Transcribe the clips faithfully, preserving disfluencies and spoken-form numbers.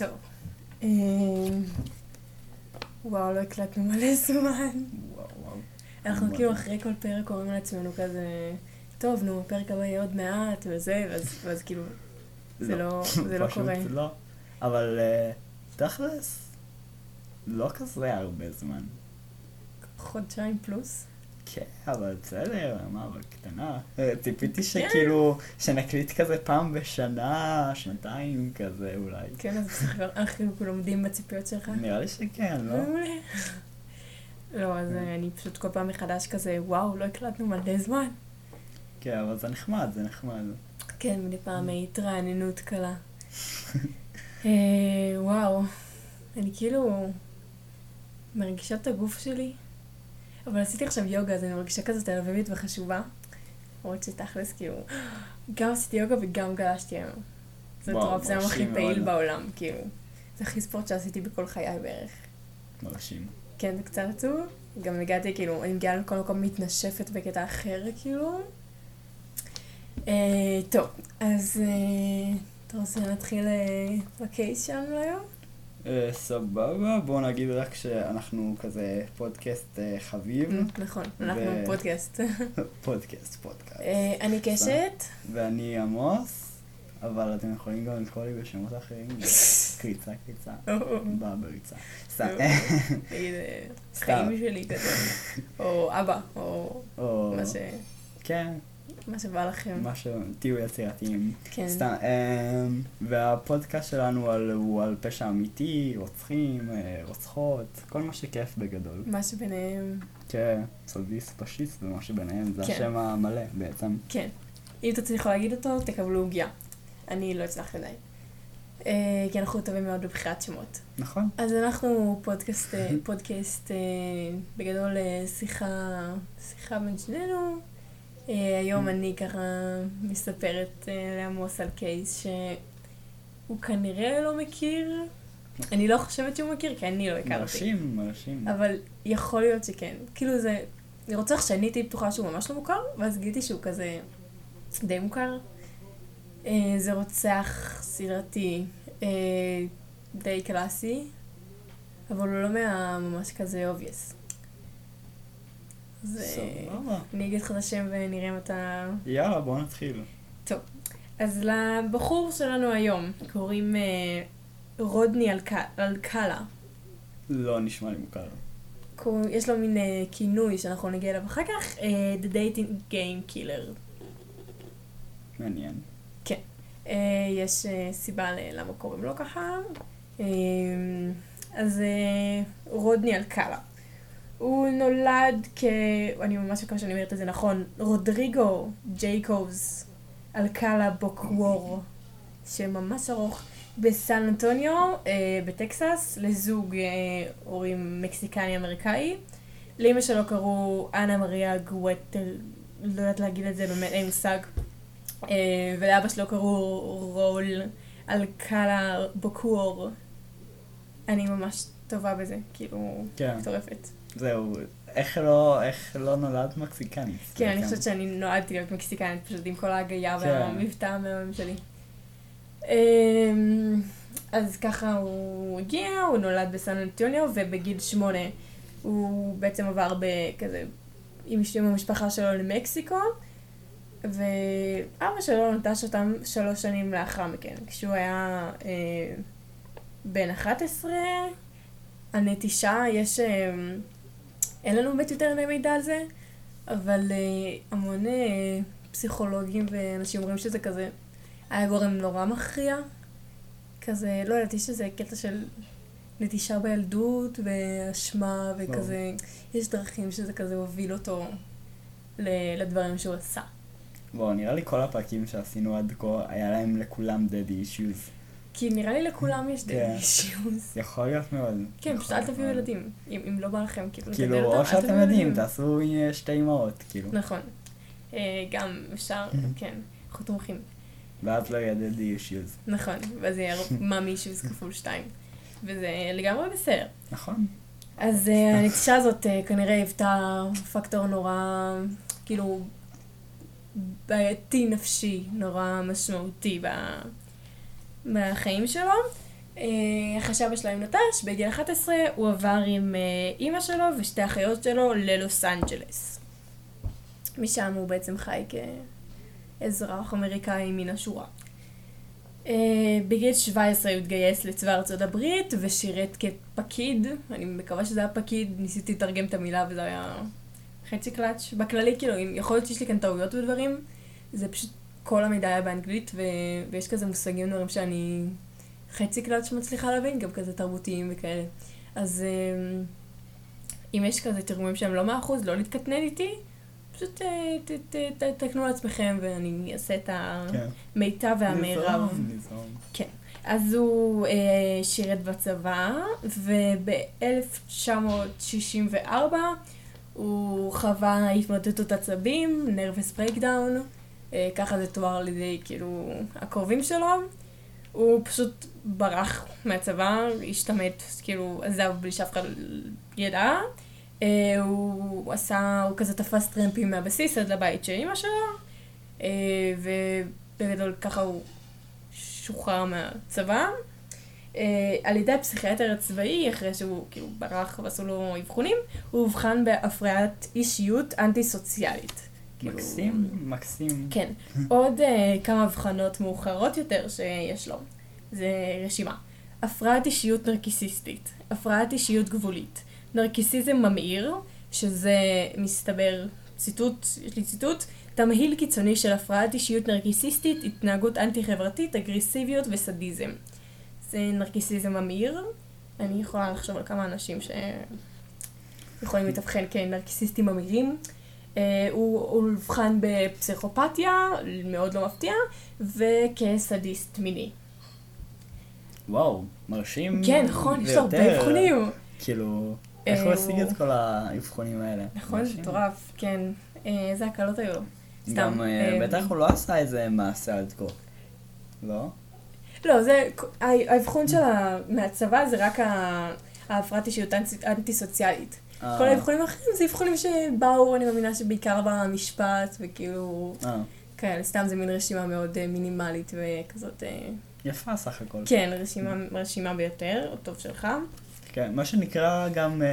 טוב. וואו, לא הקלטנו מלא זמן. וואו, וואו. אנחנו כאילו אחרי כל פרק קוראים לעצמנו כזה, טוב, נו, פרק הבא יהיה עוד מעט וזה, ואז כאילו, זה לא קורה. פשוט לא. אבל תכלס, לא כזה הרבה זמן. חודשיים פלוס? כן, אבל בסדר, מה, בקטנה. ציפיתי שכאילו, שנקליט כזה פעם בשנה, שנתיים כזה אולי. כן, אז בסדר, אנחנו לומדים בציפיות שלך. נראה לי שכן, לא? לא, אז אני פשוט כל פעם מחדש כזה, וואו, לא הקלטנו מלא זמן. כן, אבל זה נחמד, זה נחמד. כן, מדי פעם התרעננות קלה. וואו, אני כאילו מרגישה את הגוף שלי. אבל עשיתי עכשיו יוגה, אז אני מרגישה כזאת תל אביבית וחשובה. למרות שתכלס, כאילו, גם עשיתי יוגה וגם גלשתי היום. זה טוב, זה הכי פעיל בעולם, כאילו. זה הכי ספורט שעשיתי בכל חיי בערך. מרשים. כן, זה קצת עצוב. גם הגעתי, כאילו, אני מגיעה לכל מקום מתנשפת בקטע אחר, כאילו. טוב, אז אתה רוצה להתחיל בקייס שלנו היום? סבבה, בואו נגיד רק שאנחנו כזה פודקאסט חביב. נכון, אנחנו פודקאסט. פודקאסט, פודקאסט. אני קשת. ואני עמוס, אבל אתם יכולים גם לקרוא לי בשמות אחרים. קריצה, קריצה. באה בריצה. סתם. חיים שלי כזה. או אבא, או מה ש... כן. מה שבא לכם. מה ש... תהיו יצירתיים. כן. סתם. והפודקאסט שלנו הוא על פשע אמיתי, רוצחים, רוצחות, כל מה שכיף בגדול. מה שביניהם. כן, סודיסט, פשיסט ומה שביניהם. זה השם המלא בעצם. כן. אם תצליחו להגיד אותו, תקבלו עוגיה. אני לא אצלח עדיין. כי אנחנו טובים מאוד בבחירת שמות. נכון. אז אנחנו פודקאסט, פודקאסט בגדול שיחה, שיחה בין שנינו. היום אני ככה מספרת לעמוס על קייס שהוא כנראה לא מכיר. אני לא חושבת שהוא מכיר, כי אני לא הכרתי. מרשים, מרשים. אבל יכול להיות שכן. כאילו זה, אני רוצה שאני הייתי בטוחה שהוא ממש לא מוכר, ואז גיליתי שהוא כזה די מוכר. זה רוצח סדרתי די קלאסי, אבל הוא לא מה ממש כזה obvious. אז אני אגיד לך את השם ונראה אם אתה... יאללה, בוא נתחיל. טוב, אז לבחור שלנו היום קוראים רודני אלקאלה. לא נשמע לי מוכר. יש לו מין כינוי שאנחנו נגיע אליו אחר כך, The Dating Game Killer. מעניין. כן. יש סיבה למה קוראים לו ככה. אז רודני אלקאלה. הוא נולד כ... אני ממש מקווה שאני אומרת את זה נכון. רודריגו ג'ייקובס אלקאלה בוקוור, שממש ארוך, בסן אנטוניו, בטקסס, לזוג הורים מקסיקני-אמריקאי. לאמא שלו קראו אנה מריה גואטר, לא יודעת להגיד את זה, באמת אין מושג. ולאבא שלו קראו רול אלקאלה בוקוור. אני ממש טובה בזה, כאילו, מטורפת. זהו, איך לא, איך לא נולד מקסיקנית? כן, אני חושבת שאני נולדתי להיות מקסיקנית, פשוט עם כל ההגייה והמבטא המאמן שלי. אז ככה הוא הגיע, הוא נולד בסן אנטוניו, ובגיל שמונה הוא בעצם עבר בכזה, עם המשפחה שלו למקסיקו, ואבא שלו נטש אותם שלוש שנים לאחר מכן, כשהוא היה אה, בן אחת עשרה, הנטישה, יש, אה, אין לנו באמת יותר מידע על זה, אבל אה, המון אה, פסיכולוגים ואנשים אומרים שזה כזה, היה גורם נורא מכריע, כזה, לא ידעתי שזה קטע של נטישה בילדות ואשמה וכזה, יש דרכים שזה כזה הוביל אותו לדברים שהוא עשה. בוא, נראה לי כל הפרקים שעשינו עד כה, היה להם לכולם daddy issues. כי נראה לי לכולם יש daddy issues. יכול להיות מאוד. כן, פשוט אל תביאו ילדים, אם לא בא לכם, כאילו, כאילו, או שאתם יודעים, תעשו שתי אמהות, כאילו. נכון. גם אפשר, כן, אנחנו תומכים. ואז לא יהיה daddy issues. נכון, ואז יהיה mommy issues כפול שתיים. וזה לגמרי בסדר. נכון. אז הנטישה הזאת כנראה היוותה פקטור נורא, כאילו, בעייתי נפשי, נורא משמעותי בחיים שלו. אחרי שאבא שלו עם נטש, בגיל אחת עשרה הוא עבר עם אמא שלו ושתי אחיות שלו ללוס אנג'לס. משם הוא בעצם חי כאזרח אמריקאי מן השורה. בגיל שבע עשרה הוא התגייס לצבא ארצות הברית ושירת כפקיד, אני מקווה שזה היה פקיד, ניסיתי לתרגם את המילה וזה היה חצי קלאץ'. בכללי כאילו, יכול להיות שיש לי כאן טעויות ודברים, זה פשוט כל המידע היה באנגלית ו... ויש כזה מושגים דברים שאני חצי קלאץ' מצליחה להבין, גם כזה תרבותיים וכאלה. אז אם יש כזה תרגומים שהם לא מאה אחוז, לא להתקטנן איתי, פשוט תקנו לעצמכם ואני אעשה את המיטב והמירב. כן. אז הוא שירת בצבא, וב-אלף תשע מאות שישים וארבע הוא חווה התמוטטות עצבים, nervous breakdown, ככה זה תואר על ידי כאילו הקרובים שלו. הוא פשוט ברח מהצבא, השתמט, כאילו עזב בלי שאף אחד ידע. הוא עשה, הוא כזה תפס טרמפים מהבסיס עד לבית של אמא שלו, ובגדול ככה הוא שוחרר מהצבא. על ידי הפסיכיאטר הצבאי, אחרי שהוא כאילו ברח ועשו לו אבחונים, הוא אובחן בהפרעת אישיות אנטי-סוציאלית. מקסים, מקסים. כן. עוד כמה אבחנות מאוחרות יותר שיש לו. זה רשימה. הפרעת אישיות נרקיסיסטית, הפרעת אישיות גבולית, נרקיסיזם ממאיר, שזה מסתבר, ציטוט, יש לי ציטוט, תמהיל קיצוני של הפרעת אישיות נרקיסיסטית, התנהגות אנטי-חברתית, אגרסיביות וסדיזם. זה נרקיסיזם ממאיר. אני יכולה לחשוב על כמה אנשים שיכולים להתאבחן כנרקיסיסטים ממאירים. הוא הובחן בפסיכופתיה, מאוד לא מפתיע, וכסדיסט מיני. וואו, מרשים. כן, נכון, יש לו הרבה אבחונים. כאילו, איך הוא השיג את כל האבחונים האלה? נכון, זה מטורף, כן. איזה הקלות היו לו. גם בטח הוא לא עשה איזה מעשה עד כה, לא? לא, זה, האבחון שלה מהצבא זה רק ההפרעת אישיות אנטי-סוציאלית. כל האבחונים האחרים זה אבחונים שבאו, אני מאמינה שבעיקר במשפט, וכאילו, כאלה, סתם זה מין רשימה מאוד מינימלית וכזאת. יפה סך הכל. כן, רשימה, רשימה ביותר, טוב שלך. כן, מה שנקרא גם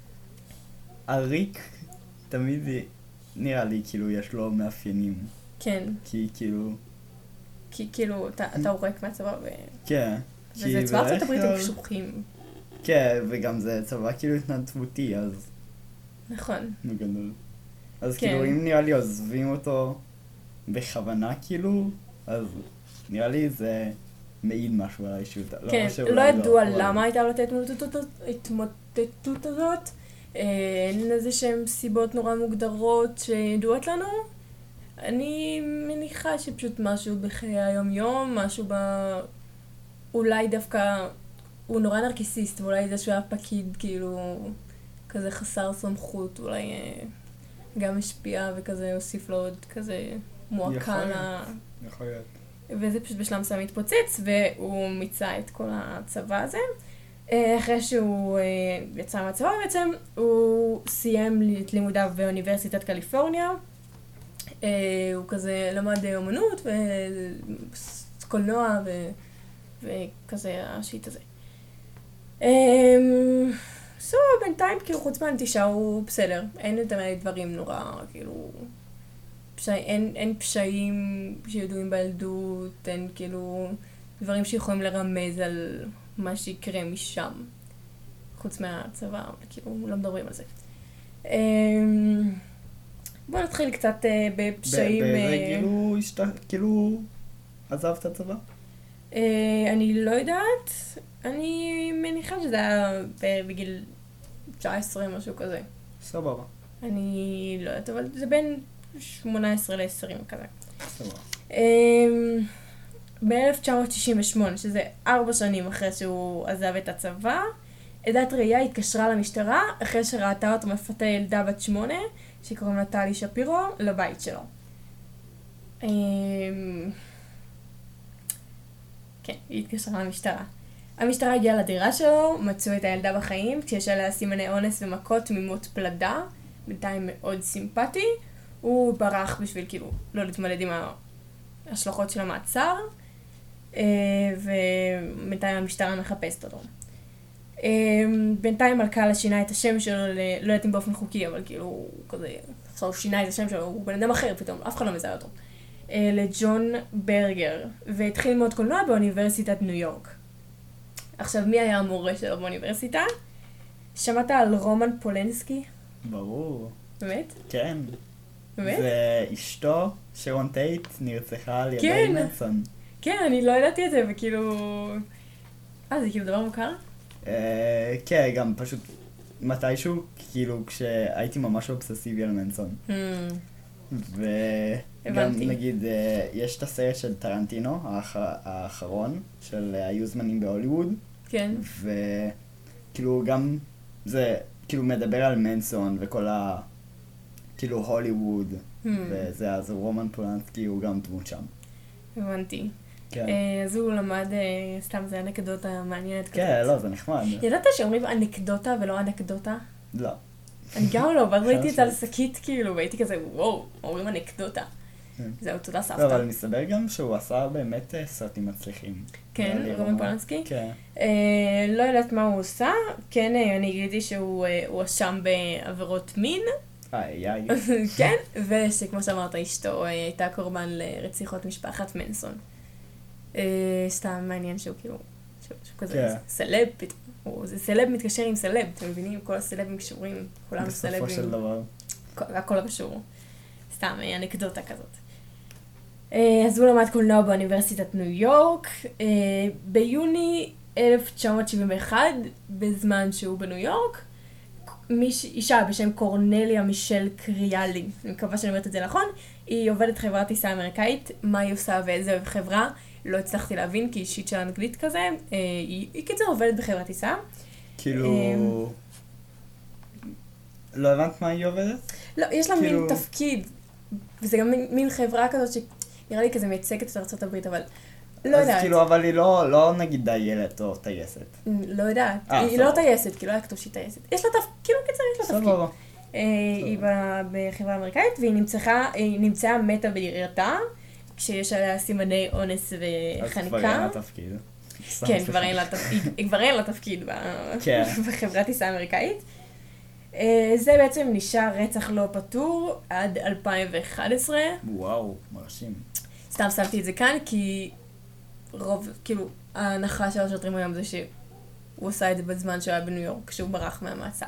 עריק, תמיד נראה לי כאילו יש לו מאפיינים. כן. כי כאילו... כי כאילו, אתה עורק מהצבא ו... כן. וזה צבא ארצות הברית הם קשוחים. כן, וגם זה צבא כאילו התנדבותי, אז... נכון. מגדול. אז כאילו, אם נראה לי עוזבים אותו בכוונה כאילו, אז נראה לי זה מעיד משהו על האישיות. כן, לא ידוע למה הייתה לו את ההתמוטטות הזאת. אין איזה שהן סיבות נורא מוגדרות שידועות לנו. אני מניחה שפשוט משהו בחיי היום-יום, משהו ב... אולי דווקא... הוא נורא נרקיסיסט, ואולי זה שהוא היה פקיד, כאילו, כזה חסר סמכות, אולי גם השפיע וכזה הוסיף לו עוד כזה מועקה. יכול להיות. וזה פשוט בשלב מסוים התפוצץ, והוא מיצה את כל הצבא הזה. אחרי שהוא יצא מהצבא בעצם, הוא סיים את לימודיו באוניברסיטת קליפורניה. הוא כזה למד אומנות וקולנוע וכזה השיט הזה. סו, בינתיים, כאילו, חוץ מהנטישה הוא בסדר. אין יותר דברים נורא, כאילו... אין פשעים שידועים בילדות, אין כאילו דברים שיכולים לרמז על מה שיקרה משם. חוץ מהצבא, כאילו, לא מדברים על זה. בוא נתחיל קצת בפשעים... באיזה גילו, כאילו, עזב את הצבא? אני לא יודעת. אני מניחה שזה היה בגיל תשע עשרה, משהו כזה. סבבה. אני לא יודעת, אבל זה בין שמונה עשרה ל-עשרים כזה. סבבה. ב-אלף תשע מאות שישים ושמונה, שזה ארבע שנים אחרי שהוא עזב את הצבא, עדת ראייה התקשרה למשטרה אחרי שראתה אותו מפתה ילדה בת שמונה, שקוראים לה טלי שפירו, לבית שלו. כן, היא התקשרה למשטרה. המשטרה הגיעה לדירה שלו, מצאו את הילדה בחיים, כשיש עליה סימני אונס ומכות תמימות פלדה, בינתיים מאוד סימפטי. הוא ברח בשביל כאילו לא להתמודד עם ההשלכות של המעצר. ובינתיים המשטרה מחפשת אותו. בינתיים אלקאלה שינה את השם שלו, לא יודעת אם באופן חוקי, אבל כאילו הוא כזה, עכשיו הוא שינה את השם שלו, הוא בן אדם אחר פתאום, אף אחד לא מזהה אותו. לג'ון ברגר, והתחיל ללמוד קולנוע באוניברסיטת ניו יורק. עכשיו, מי היה המורה שלו באוניברסיטה? שמעת על רומן פולנסקי? ברור. באמת? כן. באמת? ואשתו, שרון טייט, נרצחה על ידי כן. מנסון. כן, אני לא ידעתי את זה, וכאילו... אה, זה כאילו דבר מוכר? אה, כן, גם פשוט מתישהו, כאילו, כשהייתי ממש אובססיבי על מנסון. Hmm, וגם הבנתי. נגיד, אה, יש את הסרט של טרנטינו, האח- האחרון, של אה, היו זמנים בהוליווד, כן. וכאילו גם זה כאילו מדבר על מנסון וכל ה... כאילו הוליווד, Hmm, וזה, אז רומן פולנסקי הוא גם דמות שם. הבנתי. כן, אה, אז הוא למד, אה, סתם, זה אנקדוטה מעניינת כזאת. כן, לא, זה נחמד. ידעת שאומרים אנקדוטה ולא אנקדוטה? לא. אני גם לא, ואז ראיתי את זה על חשבתי. שקית כאילו, והייתי כזה, וואו, אומרים אנקדוטה. כן. זהו, תודה לא, סבתא. אבל מסתבר גם שהוא עשה באמת אה, סרטים מצליחים. כן, נראה לי רומן פולנסקי? כן. אה, לא יודעת מה הוא עושה, כן, אה, אני גיליתי שהוא אה, הואשם בעבירות מין, איי, איי. כן, ושכמו שאמרת, אשתו אה, הייתה קורבן לרציחות משפחת מנסון. אה, סתם מעניין שהוא כאילו, שהוא שהוא כזה כן. סלב פתאום, הוא- זה סלב מתקשר עם סלב, אתם מבינים? כל הסלבים קשורים, כולם בסופו סלבים. של דבר. הכל- הכל קשור. סתם אה, אנקדוטה כזאת. אה, אז הוא למד קולנוע באוניברסיטת ניו יורק. אה, ביוני אלף תשע מאות שבעים ואחת, בזמן שהוא בניו יורק, מיש, אישה בשם קורנליה מישל קריאלי, אני מקווה שאני אומרת את זה נכון, היא עובדת חברת טיסה אמריקאית, מה היא עושה ואיזה חברה, לא הצלחתי להבין כי אישית של אנגלית כזה, אה, היא, היא קיצור עובדת בחברת טיסה. כאילו... לא הבנת מה היא עובדת? לא, יש לה כאילו- מין תפקיד, וזה גם מין, מין חברה כזאת שנראה לי כזה מייצגת את ארצות הברית, אבל לא אז יודעת. כאילו, אבל היא לא, לא נגיד דיילת או טייסת. לא יודעת. אה, היא סבבה. לא טייסת, כי לא היה כתוב שהיא טייסת. יש לה תפקיד, כאילו קיצר יש לה תפקיד. סבבה. אה, היא ב- בחברה אמריקאית, והיא נמצאה, היא נמצאה מתה בדירתה, כשיש עליה סימני אונס אז כבר אין וחניקה. לה תפקיד. סתם, כן, סליחה. כבר אין לה תפקיד, היא כבר אין לה תפקיד ב- כן. בחברת טיסה אמריקאית. אה, זה בעצם נשאר רצח לא פתור עד אלפיים ואחת עשרה. וואו, מרשים. סתם שמתי את זה כאן, כי רוב, כאילו, ההנחה של השוטרים היום זה שהוא עושה את זה בזמן שהוא היה בניו יורק, כשהוא ברח מהמעצר.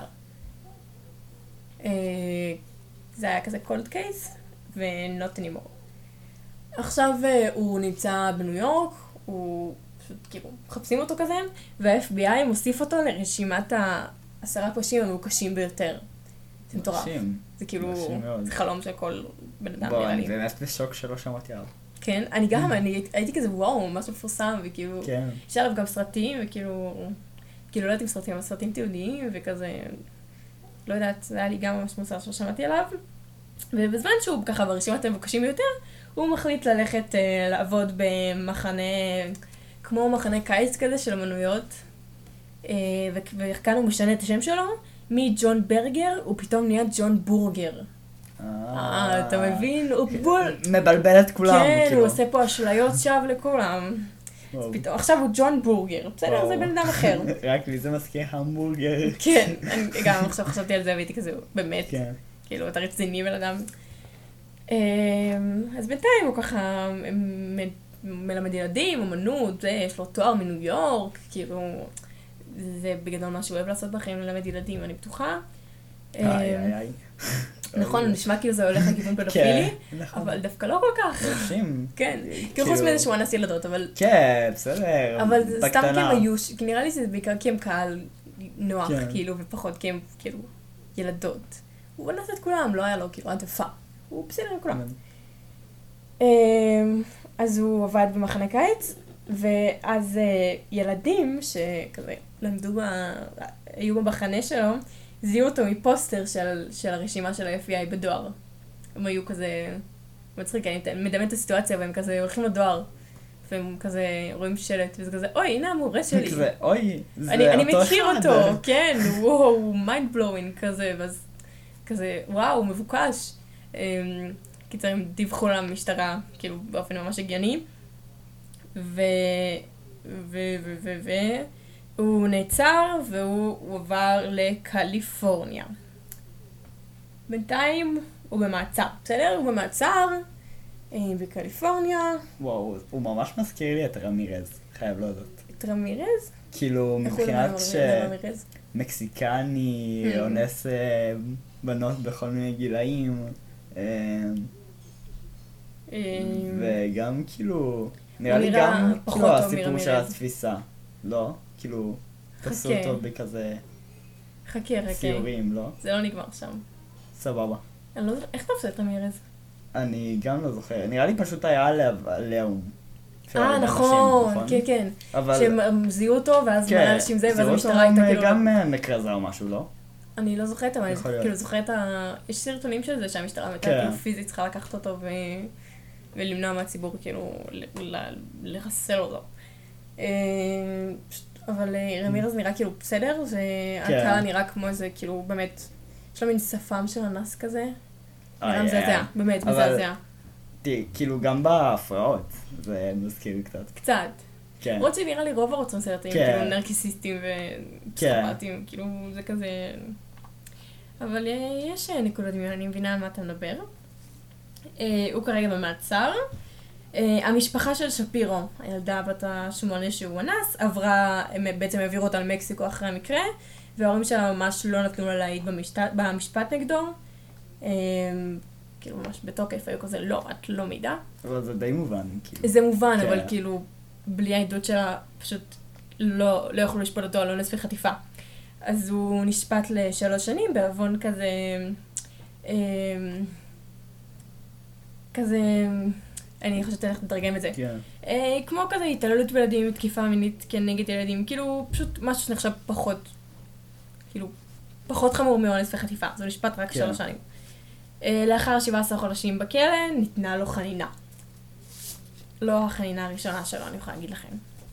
אה, זה היה כזה cold case, ו-not anymore. עכשיו אה, הוא נמצא בניו יורק, הוא פשוט, כאילו, מחפשים אותו כזה, וה-אף בי איי מוסיף אותו לרשימת העשרה פושעים המאוקשים ביותר. זה מטורף. מרשים. זה כאילו, מרשים מאוד. זה חלום של כל בן אדם, בוא, נראה אני לי. באמת בשוק שלא שמעתי עליו. כן, אני גם, אני הייתי כזה וואו, ממש מפורסם, וכאילו, כן. יש עליו גם סרטים, וכאילו, כאילו לא יודעת אם סרטים, אבל סרטים תיעודיים, וכזה, לא יודעת, זה היה לי גם ממש מוסר ששמעתי עליו. ובזמן שהוא ככה ברשימת המבוקשים ביותר, הוא מחליט ללכת אה, לעבוד במחנה, כמו מחנה קיץ כזה של אמנויות, אה, ו- וכאן הוא משנה את השם שלו, מג'ון ברגר, הוא פתאום נהיה ג'ון בורגר. אה, אתה מבין? הוא בול... מבלבל את כולם, כן, כאילו. הוא עושה פה אשליות שווא לכולם. וואו. פתאום, עכשיו הוא ג'ון בורגר. בסדר, וואו. זה בן אדם אחר. רק לי זה מזכיר המבורגר. כן, אני גם עכשיו חשבתי על זה והייתי כזה, באמת, כן. כאילו, אתה רציני בן אדם. אמ, אז בינתיים הוא ככה מ- מלמד ילדים, אמנות, זה, יש לו תואר מניו יורק, כאילו, זה בגדול מה שהוא אוהב לעשות בחיים, ללמד ילדים, אני בטוחה. איי, איי, איי. נכון, נשמע כאילו זה הולך לכיוון פדופילי, כן, נכון. אבל דווקא לא כל כך. מרשים. כן, כאילו חוץ מזה שהוא אנס ילדות, אבל... כן, בסדר. אבל זה סתם כי הם בקטנה. היו, כי נראה לי שזה בעיקר כי הם קהל נוח, כן. כאילו, ופחות כי הם, כאילו, ילדות. הוא אנס את כולם, לא היה לו, כאילו, עדפה. הוא בסדר עם כולם. אמ, אז הוא עבד במחנה קיץ, ואז אה, ילדים שכזה למדו, ב- היו במחנה שלו, זיהו אותו מפוסטר של, של הרשימה של ה-אף בי איי בדואר. הם היו כזה, מצחיק, אני מדמת את הסיטואציה, והם כזה הולכים לדואר, והם כזה רואים שלט, וזה כזה, אוי, הנה המורה שלי. כזה, אוי, זה אני, אני אותו מכיר אחד. אותו, כן, וואו, mind blowing כזה, ואז כזה, וואו, מבוקש. אמ, קיצר, הם דיווחו למשטרה, כאילו, באופן ממש הגיוני. ו... ו... ו... ו... ו... הוא נעצר והוא עבר לקליפורניה. בינתיים הוא במעצר, בסדר? הוא במעצר בקליפורניה. וואו, הוא ממש מזכיר לי את רמירז, חייב להודות. את רמירז? כאילו, מבחינת שמקסיקני, אונס בנות בכל מיני גילאים, וגם כאילו, נראה לי גם כאילו הסיפור של התפיסה, לא? כאילו, תעשו אותו בכזה סיורים, לא? זה לא נגמר שם. סבבה. איך אתה עושה את רמירז? אני גם לא זוכר, נראה לי פשוט היה עליהום. אה, נכון, כן, כן. שהם זיהו אותו, ואז מלא אנשים זה, ואז המשטרה הייתה כאילו... גם מקרזה או משהו, לא? אני לא זוכרת, אבל אני כאילו זוכרת, יש סרטונים של זה שהמשטרה הייתה כאילו פיזית צריכה לקחת אותו ולמנוע מהציבור כאילו לחסל אותו. אבל רמירז נראה כאילו בסדר, והקהל נראה כמו איזה כאילו באמת, יש לו מין שפם של אנס כזה. נראה מזעזע, באמת מזעזע. כאילו גם בהפרעות, זה מזכיר קצת. קצת. כן. למרות שנראה לי רוב הרוצים סרטים, כאילו נרקיסיסטים ופסיכופטים, כאילו זה כזה... אבל יש נקודות דמיון, אני מבינה על מה אתה מדבר. הוא כרגע במעצר. המשפחה של שפירו, הילדה בת השמונה שהוא אנס, עברה, הם בעצם העבירו אותה למקסיקו אחרי המקרה, וההורים שלה ממש לא נתנו לה להעיד במשפט נגדו. כאילו ממש בתוקף, היו כזה, לא, את לא מידה. אבל זה די מובן, כאילו. זה מובן, אבל כאילו, בלי העדות שלה, פשוט לא יכולו לשפוט אותו על אונס וחטיפה. אז הוא נשפט לשלוש שנים, בעוון כזה, כזה, אני חושבת איך לתרגם את זה. כמו כזה התעללות בילדים, תקיפה מינית כנגד ילדים, כאילו פשוט משהו שנחשב פחות, כאילו, פחות חמור מאונס וחטיפה. זה נשפט רק שלוש שנים. לאחר שבעה עשר חודשים בכלא, ניתנה לו חנינה. לא החנינה הראשונה שלו, אני יכולה להגיד לכם.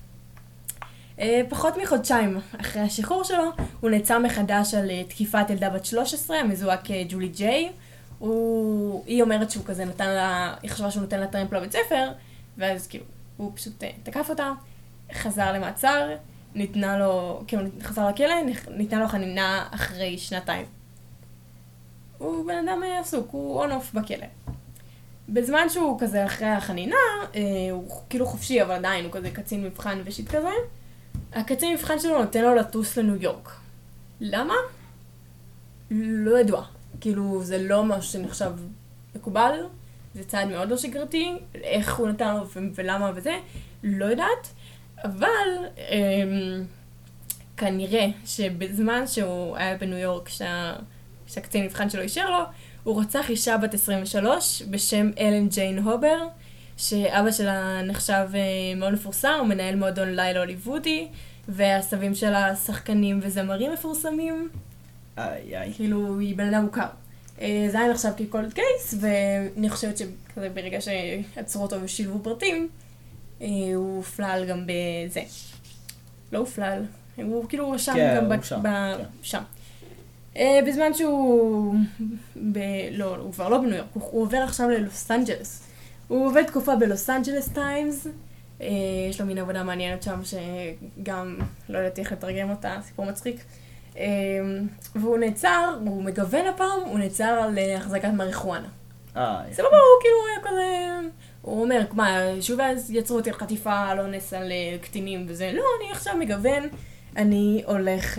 פחות מחודשיים אחרי השחרור שלו, הוא נעצר מחדש על תקיפת ילדה בת שלוש עשרה, המזוהה כג'ולי ג'יי. הוא... היא אומרת שהוא כזה נתן לה, היא חשבה שהוא נותן לה טרמפ לבית ספר, ואז כאילו, הוא פשוט תקף אותה, חזר למעצר, ניתנה לו, כאילו חזר לכלא, ניתנה לו חנינה אחרי שנתיים. הוא בן אדם עסוק, הוא און-אוף בכלא. בזמן שהוא כזה אחרי החנינה, הוא כאילו חופשי, אבל עדיין הוא כזה קצין מבחן ושיט כזה. הקצין מבחן שלו נותן לו לטוס לניו יורק. למה? לא ידוע. כאילו זה לא משהו שנחשב מקובל, זה צעד מאוד לא שגרתי, איך הוא נתן לו ולמה וזה, לא יודעת. אבל אמ, כנראה שבזמן שהוא היה בניו יורק, שה... שהקצין מבחן שלו אישר לו, הוא רצח אישה בת עשרים ושלוש בשם אלן ג'יין הובר, שאבא שלה נחשב מאוד מפורסם, הוא מנהל מועדון לילה הוליוודי, והסבים שלה שחקנים וזמרים מפורסמים. איי איי. כאילו, היא בן אדם מוכר. זה היה נחשב כקולד קייס, ואני חושבת שכזה ברגע שעצרו אותו ושילבו פרטים, הוא הופלל גם בזה. לא הופלל, הוא כאילו שם גם שם. בזמן שהוא, לא, הוא כבר לא בניו יורק, הוא עובר עכשיו ללוס אנג'לס. הוא עובד תקופה בלוס אנג'לס טיימס, יש לו מין עבודה מעניינת שם שגם לא יודעת איך לתרגם אותה, סיפור מצחיק. והוא נעצר, הוא מגוון הפעם, הוא נעצר על החזקת מריחואנה. סבבה, הוא כאילו היה כזה, הוא אומר, מה, שוב אז יצרו אותי על חטיפה, על אונס, על קטינים וזה, לא, אני עכשיו מגוון, אני הולך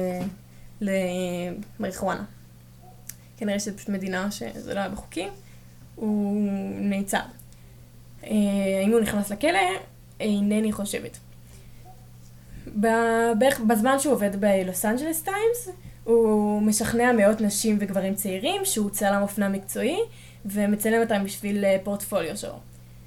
למריחואנה. כנראה שזו פשוט מדינה שזה לא היה בחוקים, הוא נעצר. האם הוא נכנס לכלא? אינני חושבת. בזמן שהוא עובד בלוס אנג'לס טיימס, הוא משכנע מאות נשים וגברים צעירים שהוא צלם אופנה מקצועי, ומצלם אותם בשביל פורטפוליו שלו.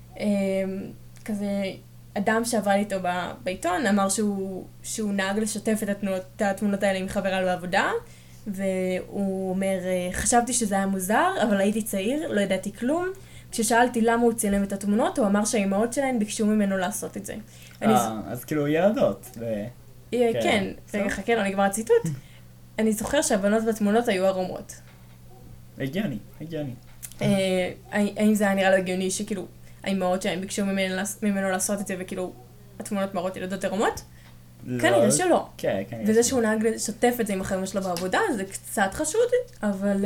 כזה, אדם שעבד איתו בעיתון אמר שהוא, שהוא נהג לשתף את התמונות, את התמונות האלה עם חברה בעבודה, והוא אומר, חשבתי שזה היה מוזר, אבל הייתי צעיר, לא ידעתי כלום. כששאלתי למה הוא צילם את התמונות, הוא אמר שהאימהות שלהן ביקשו ממנו לעשות את זה. אה, אז כאילו ילדות. כן, רגע, חכה, לא נגמר הציטוט. אני זוכר שהבנות בתמונות היו ערומות. הגיוני, הגיוני. האם זה היה נראה לו הגיוני שכאילו, האימהות שהם ביקשו ממנו לעשות את זה, וכאילו, התמונות מראות ילדות עירומות? כנראה שלא. כן, כנראה. וזה שהוא נהג לשתף את זה עם החברים שלו בעבודה, זה קצת חשוד, אבל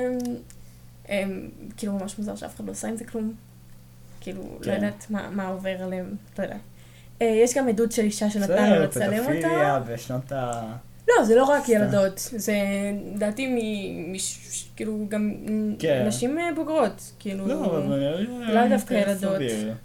כאילו ממש מוזר שאף אחד לא עושה עם זה כלום. כאילו, לא יודעת מה עובר עליהם, לא יודעת. יש גם עדות של אישה שנתנה לו לצלם אותה. זה פדופיליה בשנות ה... לא, זה לא רק ילדות, זה דעתי כאילו גם נשים בוגרות, כאילו, לא דווקא ילדות.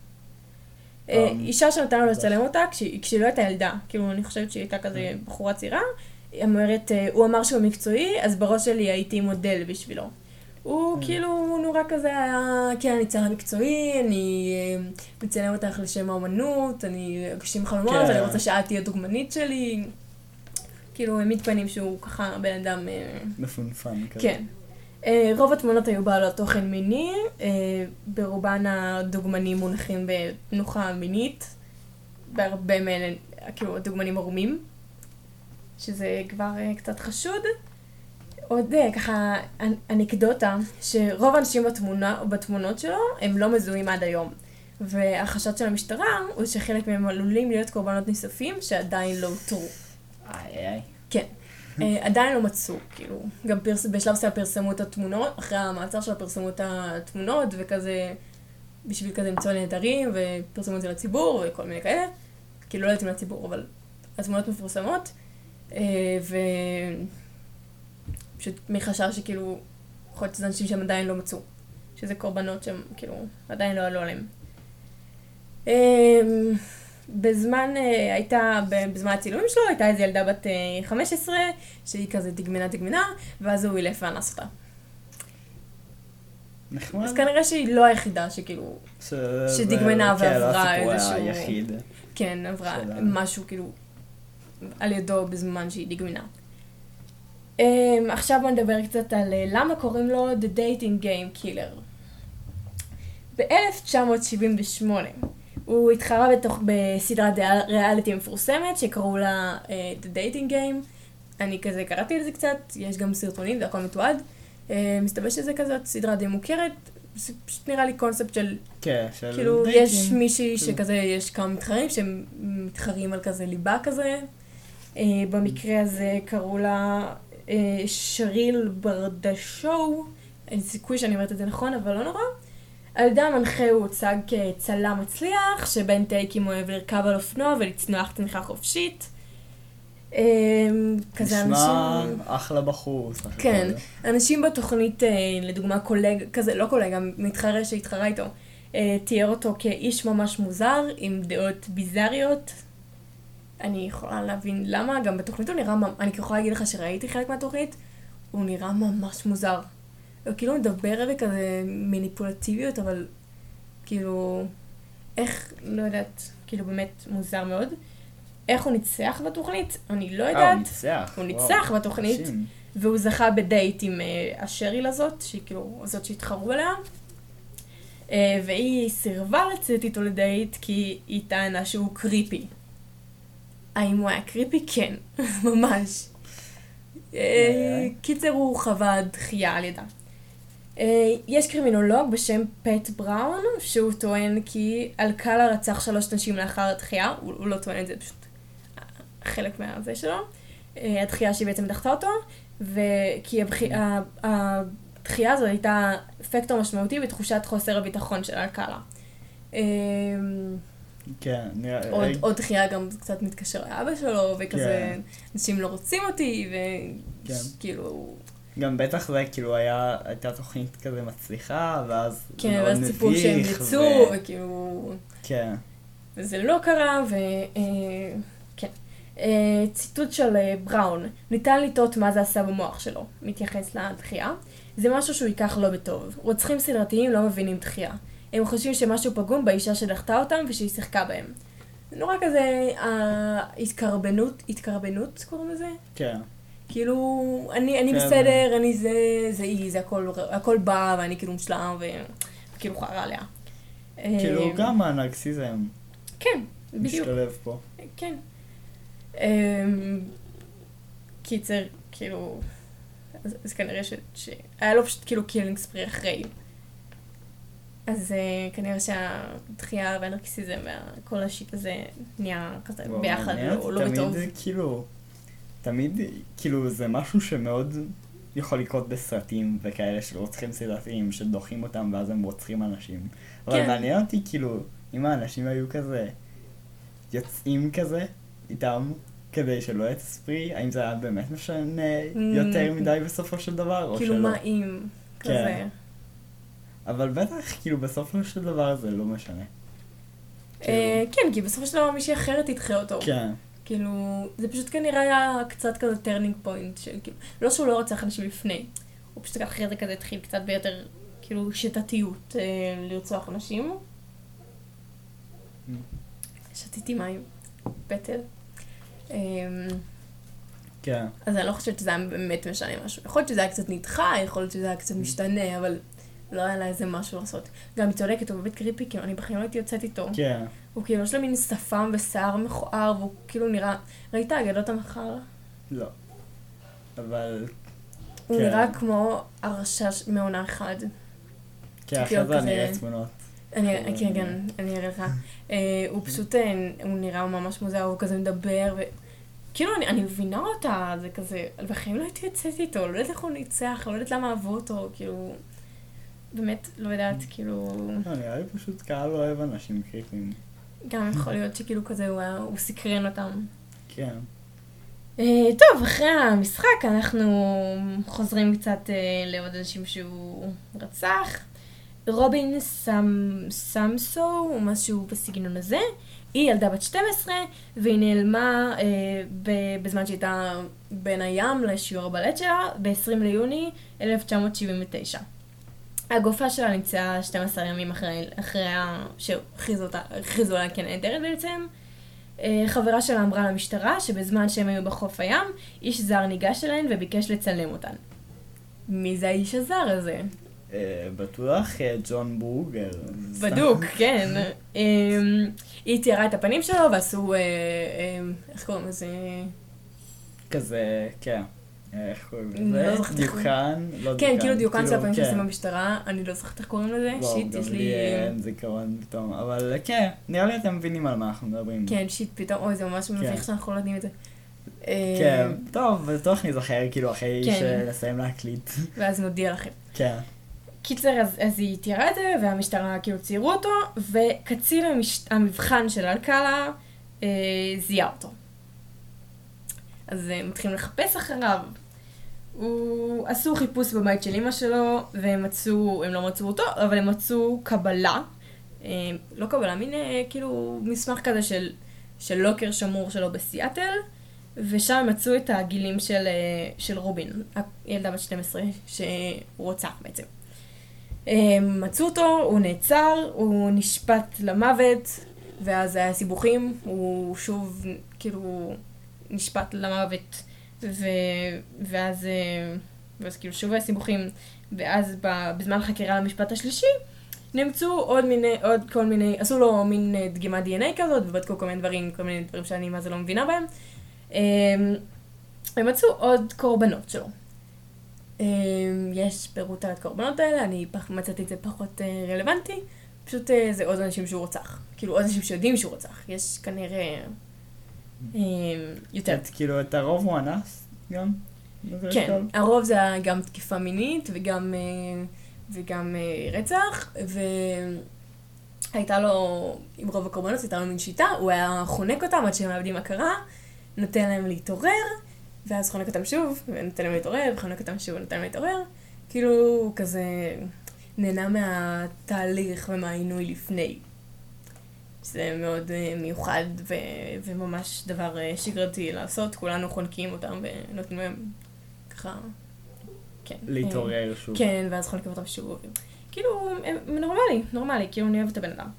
אישה שנתנה לו לצלם אותה כשהיא לא הייתה ילדה, כאילו אני חושבת שהיא הייתה כזה בחורה צעירה, היא אומרת, הוא אמר שהוא מקצועי, אז בראש שלי הייתי מודל בשבילו. הוא כאילו נורא כזה היה, כן, אני צער מקצועי, אני מצלם אותך לשם האמנות, אני אגשים חלומות, אני רוצה שאת תהיה דוגמנית שלי. כאילו, הם מתפנים שהוא ככה בן אדם... מפונפן כזה. כן. רוב התמונות היו בעלות תוכן מיני, ברובן הדוגמנים מונחים בתנוחה מינית, בהרבה מהן, כאילו, דוגמנים ערומים, שזה כבר קצת חשוד. עוד ככה אנקדוטה, שרוב האנשים בתמונה, בתמונות שלו הם לא מזוהים עד היום. והחשד של המשטרה הוא שחלק מהם עלולים להיות קורבנות נוספים שעדיין לא אותרו. איי איי. כן. עדיין לא מצאו, כאילו. גם בשלב זה פרסמו את התמונות, אחרי המעצר שלה פרסמו את התמונות, וכזה, בשביל כזה למצוא נהדרים, ופרסמו את זה לציבור, וכל מיני כאלה. כאילו לא יודעים לציבור, אבל התמונות מפורסמות. ו... פשוט מחשש שכאילו, יכול להיות שזה אנשים שהם עדיין לא מצאו. שזה קורבנות שהם כאילו עדיין לא עלו עליהם. בזמן הייתה, בזמן הצילומים שלו, הייתה איזו ילדה בת חמש עשרה, שהיא כזה דגמנה דגמנה, ואז הוא ילף ואנס אותה. נחמד. אז כנראה שהיא לא היחידה שכאילו, שדגמנה ועברה איזשהו... כן, היחיד. כן, עברה משהו כאילו על ידו בזמן שהיא דגמנה. עכשיו בוא נדבר קצת על למה קוראים לו The Dating Game Killer. ב-אלף תשע מאות שבעים ושמונה הוא התחרה בתוך, בסדרת ריאליטי מפורסמת שקראו לה uh, The Dating Game. אני כזה קראתי על זה קצת, יש גם סרטונים, זה הכל מתועד. Uh, מסתבר שזה כזאת סדרה די מוכרת, זה פשוט נראה לי קונספט של... כן, של כאילו דייטים. יש מישהי שכזה, יש כמה מתחרים שהם מתחרים על כזה ליבה כזה. Uh, במקרה הזה קראו לה uh, שריל ברדשו, אין סיכוי שאני אומרת את זה נכון, אבל לא נורא. על ידי המנחה הוא הוצג כצלם מצליח, שבין טייקים הוא אוהב לרכב על אופנוע ולצנוח תמיכה חופשית. כזה אנשים... נשמע אחלה בחור. כן, אנשים בתוכנית, לדוגמה קולג, כזה לא קולג, מתחרה שהתחרה איתו, תיאר אותו כאיש ממש מוזר, עם דעות ביזריות. אני יכולה להבין למה, גם בתוכנית הוא נראה, אני יכולה להגיד לך שראיתי חלק מהתוכנית, הוא נראה ממש מוזר. הוא כאילו מדבר בכזה מניפולטיביות, אבל כאילו, איך, לא יודעת, כאילו באמת מוזר מאוד. איך הוא ניצח בתוכנית? אני לא יודעת. אה, הוא ניצח. הוא ניצח בתוכנית, והוא זכה בדייט עם השריל הזאת, שהיא כאילו, זאת שהתחרו עליה. והיא סירבה לצאת איתו לדייט, כי היא טענה שהוא קריפי. האם הוא היה קריפי? כן, ממש. קיצר הוא חווה דחייה על ידה. יש קרימינולוג בשם פט בראון, שהוא טוען כי אלקאלה רצח שלוש נשים לאחר הדחייה, הוא, הוא לא טוען את זה, פשוט חלק מהזה שלו, הדחייה שהיא בעצם דחתה אותו, וכי הבחי... הדחייה הזו הייתה פקטור משמעותי בתחושת חוסר הביטחון של אלקאלה. כן. עוד, עוד דחייה גם קצת מתקשר לאבא שלו, וכזה, אנשים לא רוצים אותי, וכאילו... גם בטח זה כאילו היה, הייתה תוכנית כזה מצליחה, ואז כן, מאוד ואז ציפו שהם יצאו, ו... וכאילו... כן. וזה לא קרה, ו... כן. ציטוט של בראון, ניתן לטעות מה זה עשה במוח שלו, מתייחס לדחייה. זה משהו שהוא ייקח לא בטוב. רוצחים סדרתיים לא מבינים דחייה. הם חושבים שמשהו פגום באישה שדחתה אותם ושהיא שיחקה בהם. זה נורא כזה, ההתקרבנות, התקרבנות קוראים לזה? כן. כאילו, אני, אני בסדר, אני זה, זה אי, זה הכל, הכל בא, ואני כאילו משלם, וכאילו חרה עליה. כאילו, גם הנרקסיזם. כן, בדיוק. משתלב פה. כן. קיצר, כאילו, אז כנראה שהיה לו פשוט כאילו קילינג ספרי אחרי. אז uh, כנראה שהדחייה והנרקיסיזם וכל השיט הזה נהיה כזה ביחד, לא, לא בטוב. תמיד כאילו, תמיד כאילו זה משהו שמאוד יכול לקרות בסרטים וכאלה שרוצחים סדרתיים, שדוחים אותם ואז הם רוצחים אנשים. כן. אבל מעניין אותי כאילו, אם האנשים היו כזה, יוצאים כזה איתם, כדי שלא יתספרי, האם זה היה באמת משנה יותר מדי בסופו של דבר, או שלא? כאילו מה אם, כזה. אבל בטח, כאילו, בסופו של דבר זה לא משנה. כן, כי בסופו של דבר מישהי אחרת ידחה אותו. כן. כאילו, זה פשוט כנראה היה קצת כזה טרנינג פוינט של, כאילו, לא שהוא לא רצח אנשים לפני, הוא פשוט אחרי זה כזה התחיל קצת ביותר, כאילו, שיטתיות לרצוח אנשים. שתיתי מים, פטל. כן. אז אני לא חושבת שזה היה באמת משנה משהו. יכול להיות שזה היה קצת נדחה, יכול להיות שזה היה קצת משתנה, אבל לא היה לה איזה משהו לעשות. גם היא צודקת, הוא באמת קריפי, כאילו, אני בחיים לא הייתי יוצאת איתו. כן. הוא כאילו, יש לה מין שפם ושיער מכוער, והוא כאילו נראה... ראית אגדות המחר? לא. אבל... הוא נראה כמו הרשש מעונה אחד. כן, אחרי זה אני אראה תמונות. כן, כן, אני אראה לך. הוא פשוט, הוא נראה ממש מוזר, הוא כזה מדבר, וכאילו, אני מבינה אותה, זה כזה, בחיים לא הייתי יוצאת איתו, לא יודעת איך הוא ניצח, לא יודעת למה אהבו אותו, כאילו... באמת, לא יודעת, כאילו... לא, נראה לי פשוט קהל לא אוהב אנשים קריפים. גם יכול להיות שכאילו כזה הוא סקרן אותם. כן. טוב, אחרי המשחק אנחנו חוזרים קצת לעוד אנשים שהוא רצח. רובין סמסו, או משהו בסגנון הזה. היא ילדה בת שתים עשרה, והיא נעלמה בזמן שהייתה בין הים לשיעור הבלט שלה, ב-עשרים ליוני אלף תשע מאות שבעים ותשע. הגופה שלה נמצאה שנים עשר ימים אחרי, אחרי שהכריזו אותה, הכריזו עליה כנעדרת בעצם. חברה שלה אמרה למשטרה שבזמן שהם היו בחוף הים, איש זר ניגש אליהן וביקש לצלם אותן. מי זה האיש הזר הזה? בטוח ג'ון ברוגר. בדוק, כן. היא תיארה את הפנים שלו ועשו, איך קוראים לזה? כזה, כן. איך קוראים לזה? דיוקן? כן, כאילו דיוקן של הפנים שעושים במשטרה, אני לא זוכרת איך קוראים לזה, שיט, יש לי... אין זיכרון פתאום, אבל כן, נראה לי אתם מבינים על מה אנחנו מדברים. כן, שיט, פתאום, אוי, זה ממש מביך שאנחנו לא יודעים את זה. כן, טוב, בטוח נזכר, כאילו, אחרי שנסיים להקליט. ואז נודיע לכם. כן. קיצר, אז היא תיארה את זה, והמשטרה כאילו ציירו אותו, וקצין המבחן של אלקאלה זיהה אותו. אז הם מתחילים לחפש אחריו. הוא עשו חיפוש בבית של אמא שלו, והם מצאו, הם לא מצאו אותו, אבל הם מצאו קבלה. לא קבלה, מין כאילו מסמך כזה של, של לוקר שמור שלו בסיאטל, ושם הם מצאו את הגילים של, של רובין, הילדה בת שתים עשרה, שהוא רוצח בעצם. מצאו אותו, הוא נעצר, הוא נשפט למוות, ואז היה סיבוכים, הוא שוב כאילו... נשפט למוות, ו... ואז, ואז כאילו שוב היה סיבוכים, ואז בזמן החקירה למשפט השלישי, נמצאו עוד מיני, עוד כל מיני, עשו לו מין דגימת די אן איי כזאת, ובדקו כל מיני דברים, כל מיני דברים שאני מה זה לא מבינה בהם. הם מצאו עוד קורבנות שלו. יש פירוט על הקורבנות האלה, אני מצאתי את זה פחות רלוונטי, פשוט זה עוד אנשים שהוא רוצח. כאילו עוד אנשים שיודעים שהוא רוצח. יש כנראה... יותר. כאילו את הרוב הוא אנס גם? כן, הרוב זה גם תקיפה מינית וגם, וגם רצח, והייתה לו, עם רוב הקורבנות הייתה לו מין שיטה, הוא היה חונק אותם עד שהם מאבדים הכרה, נותן להם להתעורר, ואז חונק אותם שוב, ונותן להם להתעורר, וחונק אותם שוב ונותן להם להתעורר, כאילו הוא כזה נהנה מהתהליך ומהעינוי לפני. זה מאוד מיוחד ו- וממש דבר שגרתי לעשות, כולנו חונקים אותם ונותנים להם ככה, כן. להתעורר שוב. כן, ואז חונקים אותם שוב. כאילו, נורמלי, נורמלי, כאילו אני אוהבת את הבן אדם.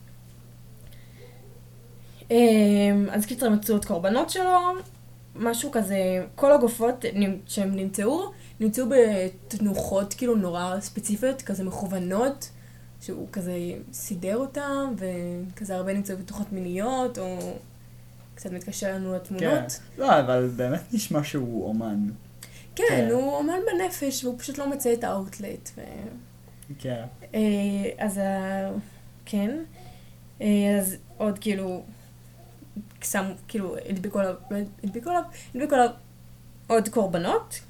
אז קיצר מצאו את קורבנות שלו, משהו כזה, כל הגופות שהם נמצאו, נמצאו בתנוחות כאילו נורא ספציפיות, כזה מכוונות, שהוא כזה סידר אותם, וכזה הרבה נמצאו בתוכות מיניות, או קצת מתקשר לנו לתמונות. כן, לא, אבל באמת נשמע שהוא אומן. כן, הוא אומן בנפש, והוא פשוט לא מצא את האוטלט. ו... כן. אז ה... כן. אז עוד כאילו, שם, כאילו, הדביקו עליו, הדביקו עליו, הדביקו עליו עוד קורבנות.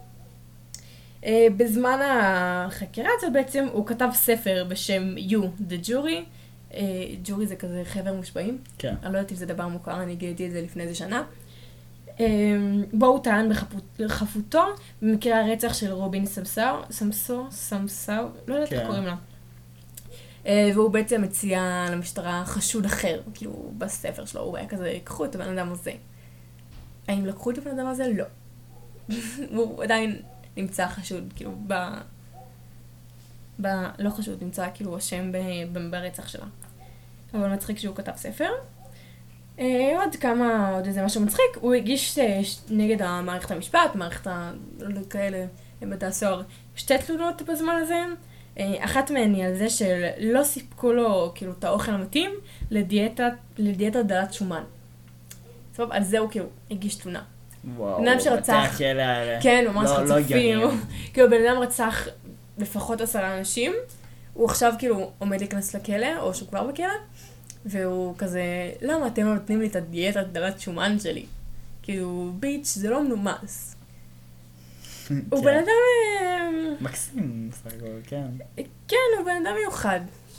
בזמן החקירה הזאת בעצם הוא כתב ספר בשם You, The Jury. ג'ורי זה כזה חבר מושבעים. כן. אני לא יודעת אם זה דבר מוכר, אני גיליתי את זה לפני איזה שנה. בו הוא טען בחפותו במקרה הרצח של רובין סמסאו, סמסו, סמסאו, לא יודעת איך קוראים לה. והוא בעצם מציע למשטרה חשוד אחר, כאילו בספר שלו, הוא היה כזה, קחו את הבן אדם הזה. האם לקחו את הבן אדם הזה? לא. הוא עדיין נמצא חשוד, כאילו, ב... ב... לא חשוד, נמצא כאילו אשם ב... ברצח שלה. אבל מצחיק שהוא כתב ספר. עוד כמה, עוד איזה משהו מצחיק, הוא הגיש נגד המערכת המשפט, מערכת ה... כאלה, בתי הסוהר, שתי תלונות בזמן הזה. אחת מהן היא על זה שלא סיפקו לו כאילו את האוכל המתאים לדיאטה, לדיאטה דלת שומן. סבב, על זה הוא כאילו הגיש תלונה. וואו, בן אדם שרצח, כן, ממש חצופים. כאילו בן אדם רצח לפחות עשרה אנשים, הוא עכשיו כאילו עומד להיכנס לכלא, או שהוא כבר בכלא, והוא כזה, למה אתם לא נותנים לי את הדיאטה דלת שומן שלי? כאילו, ביץ', זה לא מנומס. הוא בן אדם... מקסים, סגור, כן. כן, הוא בן אדם מיוחד.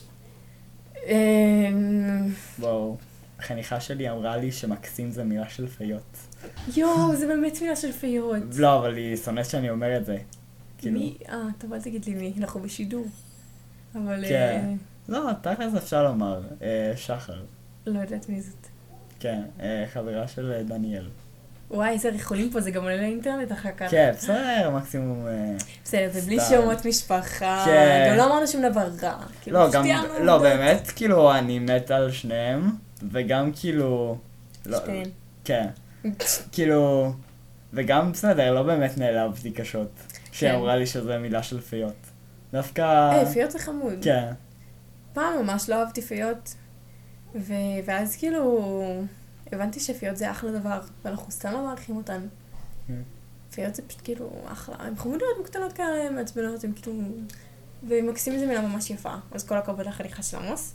וואו, החניכה שלי אמרה לי שמקסים זה מילה של פיות. יואו, זה באמת מילה של פיות. לא, אבל היא שונאת שאני אומר את זה. מי? אה, טוב, אל תגיד לי מי, אנחנו בשידור. אבל... כן. לא, תכלס אפשר לומר, שחר. לא יודעת מי זאת. כן, חברה של דניאל. וואי, איזה ריחולים פה, זה גם עולה לאינטרנט אחר כך. כן, בסדר, מקסימום... בסדר, זה בלי שמות משפחה, גם לא אמרנו שום דבר רע. לא, גם, לא, באמת, כאילו, אני מת על שניהם, וגם כאילו... שתיהן. כן. כאילו... וגם בסדר, לא באמת נעלבתי קשות, שאמרה לי שזה מילה של פיות. דווקא... אה, פיות זה חמוד. כן. פעם ממש לא אהבתי פיות, ואז כאילו... הבנתי שפיות זה אחלה דבר, ואנחנו סתם לא מעריכים אותן. פיות זה פשוט כאילו אחלה. הן חמודות, מקטנות כאלה, מעצבנות, הן כאילו... ומקסים זה מילה ממש יפה. אז כל הכבוד לחניכה של עמוס.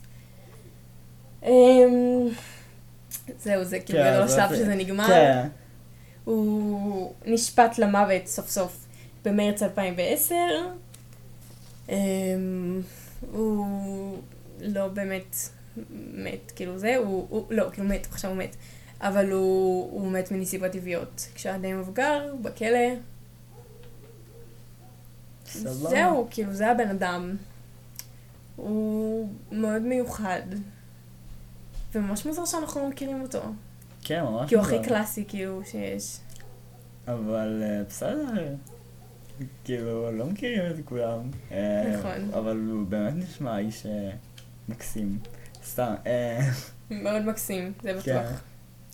זהו, זה כאילו גדול השלב שזה נגמר. הוא נשפט למוות סוף סוף במרץ אלפיים ועשר. הוא לא באמת... מת, כאילו זה, הוא, הוא לא, כאילו מת, עכשיו הוא מת, אבל הוא, הוא מת מנסיבות טבעיות. כשהיה די מבוגר, בכלא, סבבה. זהו, כאילו זה הבן אדם. הוא מאוד מיוחד. וממש מוזר שאנחנו לא מכירים אותו. כן, ממש מוזר. כי הוא הכי קלאסי, כאילו, שיש. אבל בסדר. כאילו, לא מכירים את כולם. נכון. אבל הוא באמת נשמע איש מקסים. סתם, מאוד מקסים, זה בטוח.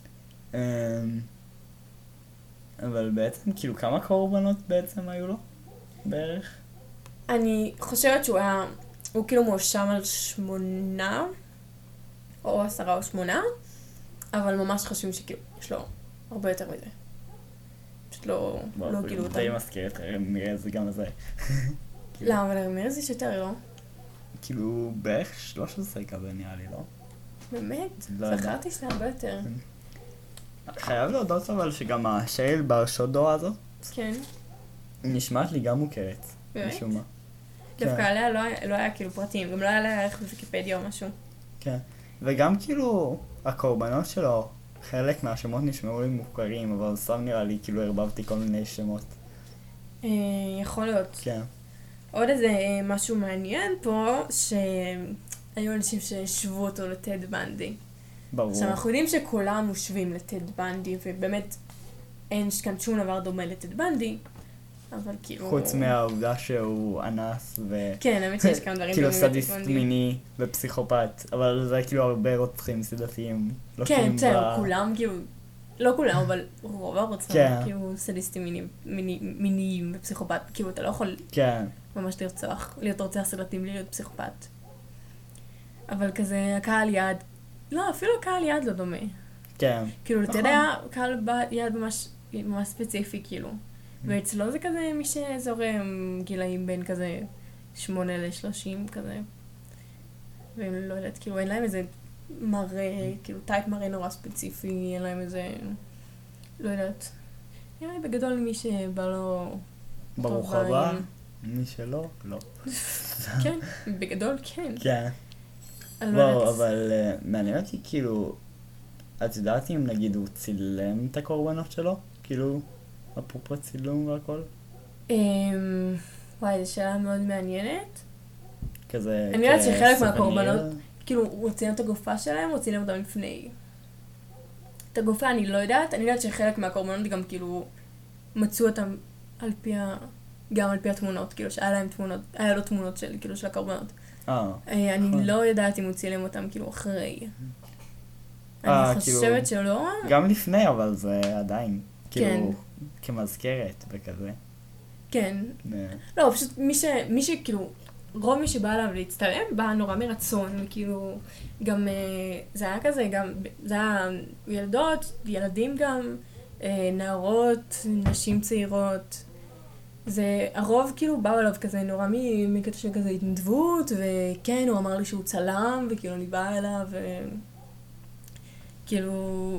אבל בעצם, כאילו, כמה קורבנות בעצם היו לו? בערך? אני חושבת שהוא היה, הוא כאילו מואשם על שמונה, או עשרה או שמונה, אבל ממש חושבים שכאילו, יש לו הרבה יותר מזה. פשוט לא, לא גילו אותם. די מזכיר את רמירז גם לזה. לא, אבל רמירז יש יותר, לא? כאילו, בערך שלוש עשרה כזה נראה לי, לא? באמת? זכרתי שזה הרבה יותר. חייב להודות אבל שגם השייל ברשודו הזו, כן. נשמעת לי גם מוכרת. באמת? משום מה. דווקא עליה לא היה כאילו פרטים, גם לא היה לה ערך בוויקיפדיה או משהו. כן. וגם כאילו, הקורבנות שלו, חלק מהשמות נשמעו לי מוכרים, אבל סתם נראה לי כאילו הרבבתי כל מיני שמות. יכול להיות. כן. עוד איזה משהו מעניין פה, שהיו אנשים שהשוו אותו לטד בנדי. ברור. עכשיו, אנחנו יודעים שכולם מושווים לטד בנדי, ובאמת אין כאן שום דבר דומה לטד בנדי, אבל כאילו... חוץ מהעובדה שהוא אנס ו... כן, האמת שיש כמה דברים כאילו סדיסט מיני ופסיכופת, אבל זה כאילו הרבה רוצחים סדרתיים. כן, בסדר, כולם כאילו... לא כולם, אבל רוב הרוצחים, כאילו סדיסטים מיניים ופסיכופת, כאילו אתה לא יכול ממש לרצוח, להיות רוצח סדרתי בלי להיות פסיכופת. אבל כזה הקהל יעד, לא, אפילו הקהל יעד לא דומה. כן. כאילו, אתה יודע, קהל יעד ממש ספציפי, כאילו. ואצלו זה כזה מי שזורם גילאים בין כזה שמונה לשלושים כזה. והם לא יודעת, כאילו אין להם איזה מראה, כאילו טייפ מראה נורא ספציפי, אין להם איזה, לא יודעת. נראה לי בגדול מי שבא לו... ברוך הבא, מי שלא, לא. כן, בגדול כן. כן. וואו, אבל מעניין אותי, כאילו, את יודעת אם נגיד הוא צילם את הקורבנות שלו? כאילו, אפרופו צילום והכל? וואי, זו שאלה מאוד מעניינת. כזה... אני יודעת שחלק מהקורבנות, כאילו, הוא צילם את הגופה שלהם, הוא צילם אותם לפני. את הגופה אני לא יודעת, אני יודעת שחלק מהקורבנות גם כאילו מצאו אותם על פי ה... גם על פי התמונות, כאילו שהיה להם תמונות, היה לו תמונות של, כאילו, של הקורבנות. אה. אני לא יודעת אם הוא צילם אותם כאילו אחרי. אני חושבת שלא. גם לפני, אבל זה עדיין, כאילו, כמזכרת וכזה. כן. לא, פשוט מי שכאילו, רוב מי שבא אליו להצטלם, בא נורא מרצון, וכאילו, גם, זה היה כזה, גם, זה היה ילדות, ילדים גם, נערות, נשים צעירות. זה, הרוב כאילו באו אליו כזה נורא מקטע של כזה התנדבות, וכן, הוא אמר לי שהוא צלם, וכאילו אני באה אליו, וכאילו,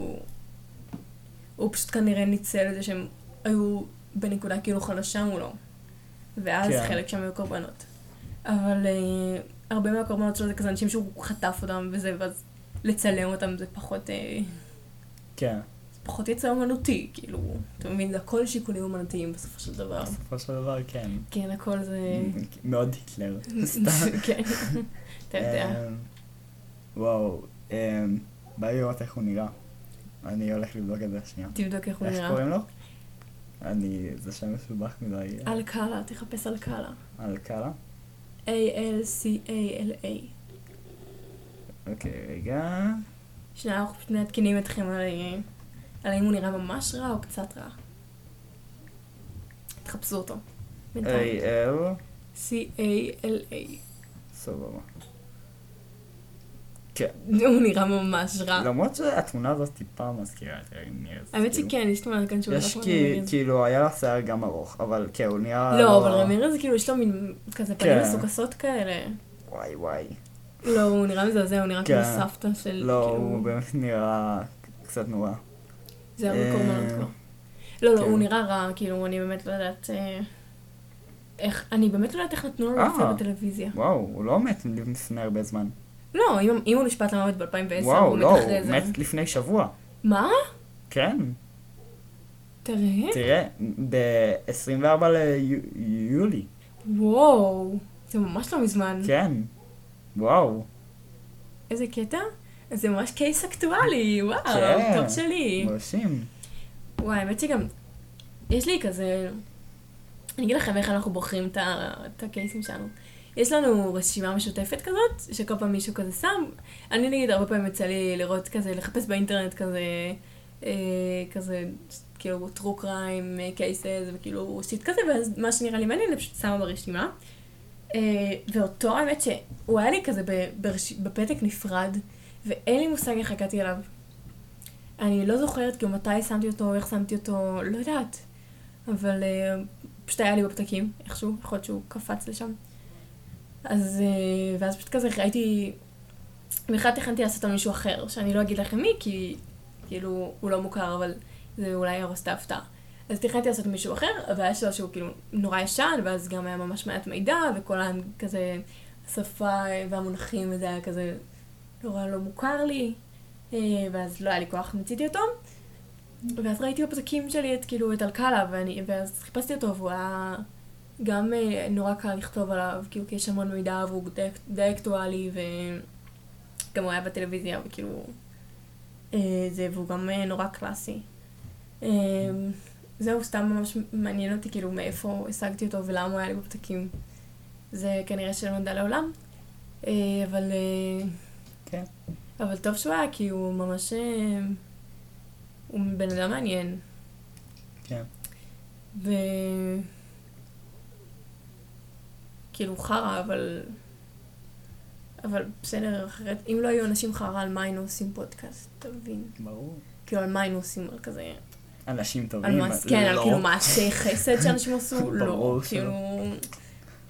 הוא פשוט כנראה ניצל את זה שהם היו בנקודה כאילו חלשה מולו, ואז כן. חלק שם היו קורבנות. אבל uh, הרבה מהקורבנות שלו זה כזה אנשים שהוא חטף אותם וזה, ואז לצלם אותם זה פחות... Uh, כן. זה פחות יצא אומנותי, כאילו, אתה מבין, זה הכל שיקולים אומנותיים בסופו של דבר. בסופו של דבר, כן. כן, הכל זה... מאוד היטלר. כן, אתה יודע. וואו, בא לי לראות איך הוא נראה. אני הולך לבדוק את זה שנייה. תבדוק איך הוא נראה. איך קוראים לו? אני, זה שם מסובך מדי. אלקאלה, תחפש אלקאלה. אלקאלה? A-L-C-A-L-A. אוקיי, רגע. שנייה, אנחנו פשוט מעדכנים אתכם על האם הוא נראה ממש רע או קצת רע. תחפשו אותו. A-L C-A-L-A. סבבה. כן. הוא נראה ממש רע. למרות שהתמונה הזאת טיפה מזכירה את רמירז. האמת שכן, יש תמונה כאן שהוא יש כאילו, היה לה שיער גם ארוך, אבל כן, הוא נראה... לא, אבל רמירז כאילו יש לו מין כזה פנים מסוכסות כאלה. וואי וואי. לא, הוא נראה מזעזע, הוא נראה כמו סבתא של... לא, הוא באמת נראה קצת נורא. זה הרבה קורבנות כבר. לא, לא, הוא נראה רע, כאילו, אני באמת לא יודעת... איך, אני באמת לא יודעת איך נתנו לו להופיע בטלוויזיה. וואו, הוא לא מת לפני הרבה זמן. לא, אם הוא נשפט למוות ב-אלפיים ועשר, וואו, הוא לא, מת אחרי זה. הוא מת לפני שבוע. מה? כן. תראה. תראה, ב-עשרים וארבעה ליולי. וואו, זה ממש לא מזמן. כן, וואו. איזה קטע? זה ממש קייס אקטואלי, וואו, כן. טוב שלי. מרשים. וואי, האמת שגם, יש לי כזה, אני אגיד לכם איך אנחנו בוחרים את, את הקייסים שלנו. יש לנו רשימה משותפת כזאת, שכל פעם מישהו כזה שם, אני נגיד הרבה פעמים יצא לי לראות כזה, לחפש באינטרנט כזה, אה, כזה, כאילו, true crime, cases, וכאילו, שיט כזה, ואז מה שנראה לי מעניין, אני פשוט שמה ברשימה. אה, ואותו, האמת שהוא היה לי כזה ברש... בפתק נפרד, ואין לי מושג איך הגעתי אליו. אני לא זוכרת כאילו מתי שמתי אותו, איך שמתי אותו, לא יודעת. אבל אה, פשוט היה לי בפתקים, איכשהו, יכול להיות שהוא קפץ לשם. אז, ואז פשוט כזה ראיתי, בכלל תכנתי לעשות על מישהו אחר, שאני לא אגיד לכם מי, כי כאילו הוא לא מוכר, אבל זה אולי ירוס את ההפתעה. אז תכנתי לעשות על מישהו אחר, אבל היה שלו שהוא כאילו נורא ישן, ואז גם היה ממש מעט מידע, וכל כזה השפה והמונחים, וזה היה כזה נורא לא מוכר לי, ואז לא היה לי כוח, מציתי אותו. ואז ראיתי בפתקים שלי את כאילו את אלקאלה, ואני, ואז חיפשתי אותו, והוא היה... גם נורא קל לכתוב עליו, כאילו, כי יש המון מידע, והוא די, די אקטואלי, וגם הוא היה בטלוויזיה, וכאילו, זה, והוא גם נורא קלאסי. זהו, סתם ממש מעניין אותי, כאילו, מאיפה השגתי אותו, ולמה הוא היה לי בפתקים. זה כנראה שלא נדע לעולם, אבל, כן. אבל טוב שהוא היה, כי הוא ממש, הוא בן אדם מעניין. כן. ו... כאילו חרה, אבל... אבל בסדר, אחרת, אם לא היו אנשים חרה, על מה היינו עושים פודקאסט, אתה מבין? ברור. כאילו, על מה היינו עושים, על כזה... אנשים טובים, על מה, כן, על כאילו מעשי חסד שאנשים עשו, לא, ברור כאילו...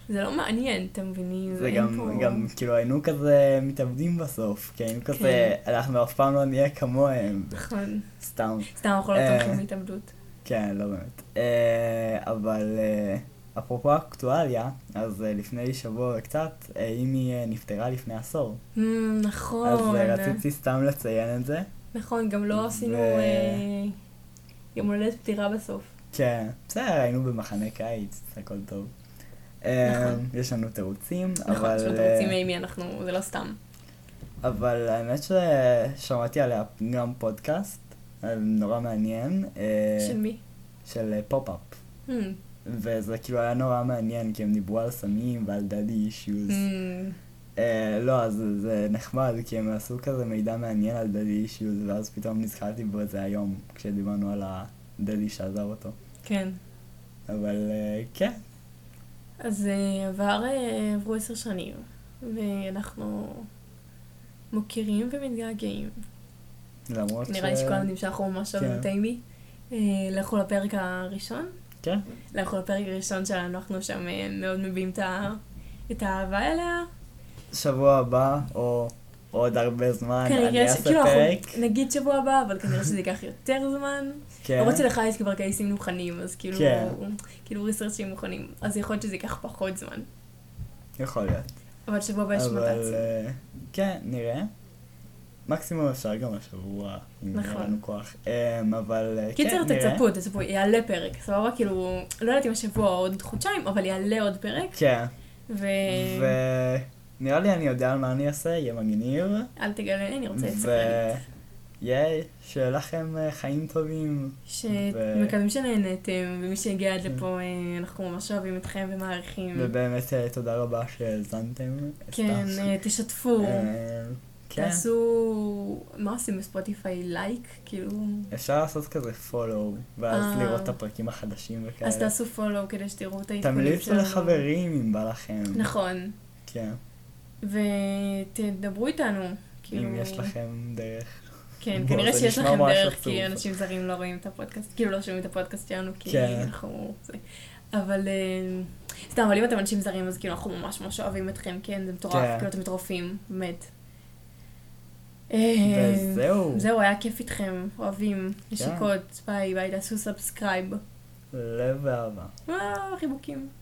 זה לא מעניין, אתם מבינים? זה אין גם, פה- גם, כאילו, היינו כזה מתאבדים בסוף, כי היינו כזה, אנחנו אף פעם לא נהיה כמוהם, נכון. סתם, סתם אנחנו לא אה. תומכים בהתאבדות. כן, לא באמת. אה, אבל אה, אפרופו אקטואליה, אז אה, לפני שבוע וקצת, אה, אימי אה, נפטרה לפני עשור. Hmm, נכון. אז אה, רציתי סתם לציין את זה. נכון, גם לא עשינו ו- אה, יום הולדת פטירה בסוף. כן, בסדר, היינו במחנה קיץ, הכל טוב. אה, נכון. יש לנו תירוצים, נכון, אבל... שאתם אה, רוצים אימי, אנחנו, זה לא סתם. אבל האמת ששמעתי עליה גם פודקאסט, אה, נורא מעניין, אה, של מי? של אה, פופ-אפ. Hmm, וזה כאילו היה נורא מעניין, כי הם דיברו על סמים ועל דאדי אישיוז. hmm, אה, לא, אז זה- זה נחמד, כי הם עשו כזה מידע מעניין על דאדי אישיוז, ואז פתאום נזכרתי בזה היום, כשדיברנו על הדאדי שעזב אותו. כן. אבל אה, כן, אז אה, עבר, אה, עברו עשר שנים, ואנחנו מוקירים ומתגעגעים. למרות נראה לי שכל הילדים שאנחנו ממש אוהבים כן. את אימי. אה, לכו לפרק הראשון. כן, לכו לפרק הראשון שלנו, אנחנו שם אה, מאוד מביעים את ה- את האהבה אליה. שבוע הבא, או עוד הרבה זמן, אני כנראה אעשה שכאילו פרק. אנחנו נגיד שבוע הבא, אבל כנראה שזה ייקח יותר זמן. כן, למרות שלך יש כבר קייסים מוכנים, אז כאילו, כן. כאילו ריסרצ'ים מוכנים, אז יכול להיות שזה ייקח פחות זמן. יכול להיות. אבל שבוע הבא יש אבל מת"צים. אה, כן, נראה. מקסימום אפשר גם השבוע, אם נכון. יהיה לנו כוח. אמ, אבל אה, כן, קיצר, נראה. תצפו, תצפו, יעלה פרק, סבבה? כאילו, לא יודעת אם השבוע או עוד חודשיים, אבל יעלה עוד פרק, כן, ואל ונראה לי אני יודע על מה אני אעשה, יהיה מגניב. תגלה, אני רוצה לספר. ויהיה, שיהיה לכם אה, חיים טובים. שמקווים שנהנתם, ומי שהגיע עד לפה, אה, אנחנו ממש אוהבים אתכם ומעריכים. ובאמת אה, תודה רבה שהאזנתם. כן, סתם. אה, תשתפו, אה, כן, תעשו, מה עושים בספוטיפיי? לייק? כאילו... אפשר לעשות כזה פולו, ואז אה. לראות את הפרקים החדשים וכאלה. אז תעשו פולו כדי שתראו את העדכונים תמליצו שלנו. לחברים אם בא לכם. נכון. כן, ותדברו איתנו. כאילו... אם יש לכם דרך. כן, בוא, כנראה זה שיש נשמע לכם ממש דרך, עצוב. כי אנשים זרים לא רואים את הפודקאסט, כאילו לא שומעים את הפודקאסט שלנו, כי כן. אנחנו... זה. אבל... אה, סתם, אבל אם אתם אנשים זרים, אז כאילו אנחנו ממש ממש אוהבים אתכם, כן, זה מטורף, כן. כאילו אתם מטורפים, באמת. אה, וזהו. זהו, היה כיף איתכם, אוהבים, כן. נשיקות, ביי ביי, תעשו סאבסקרייב. לב ואהבה. אה, חיבוקים.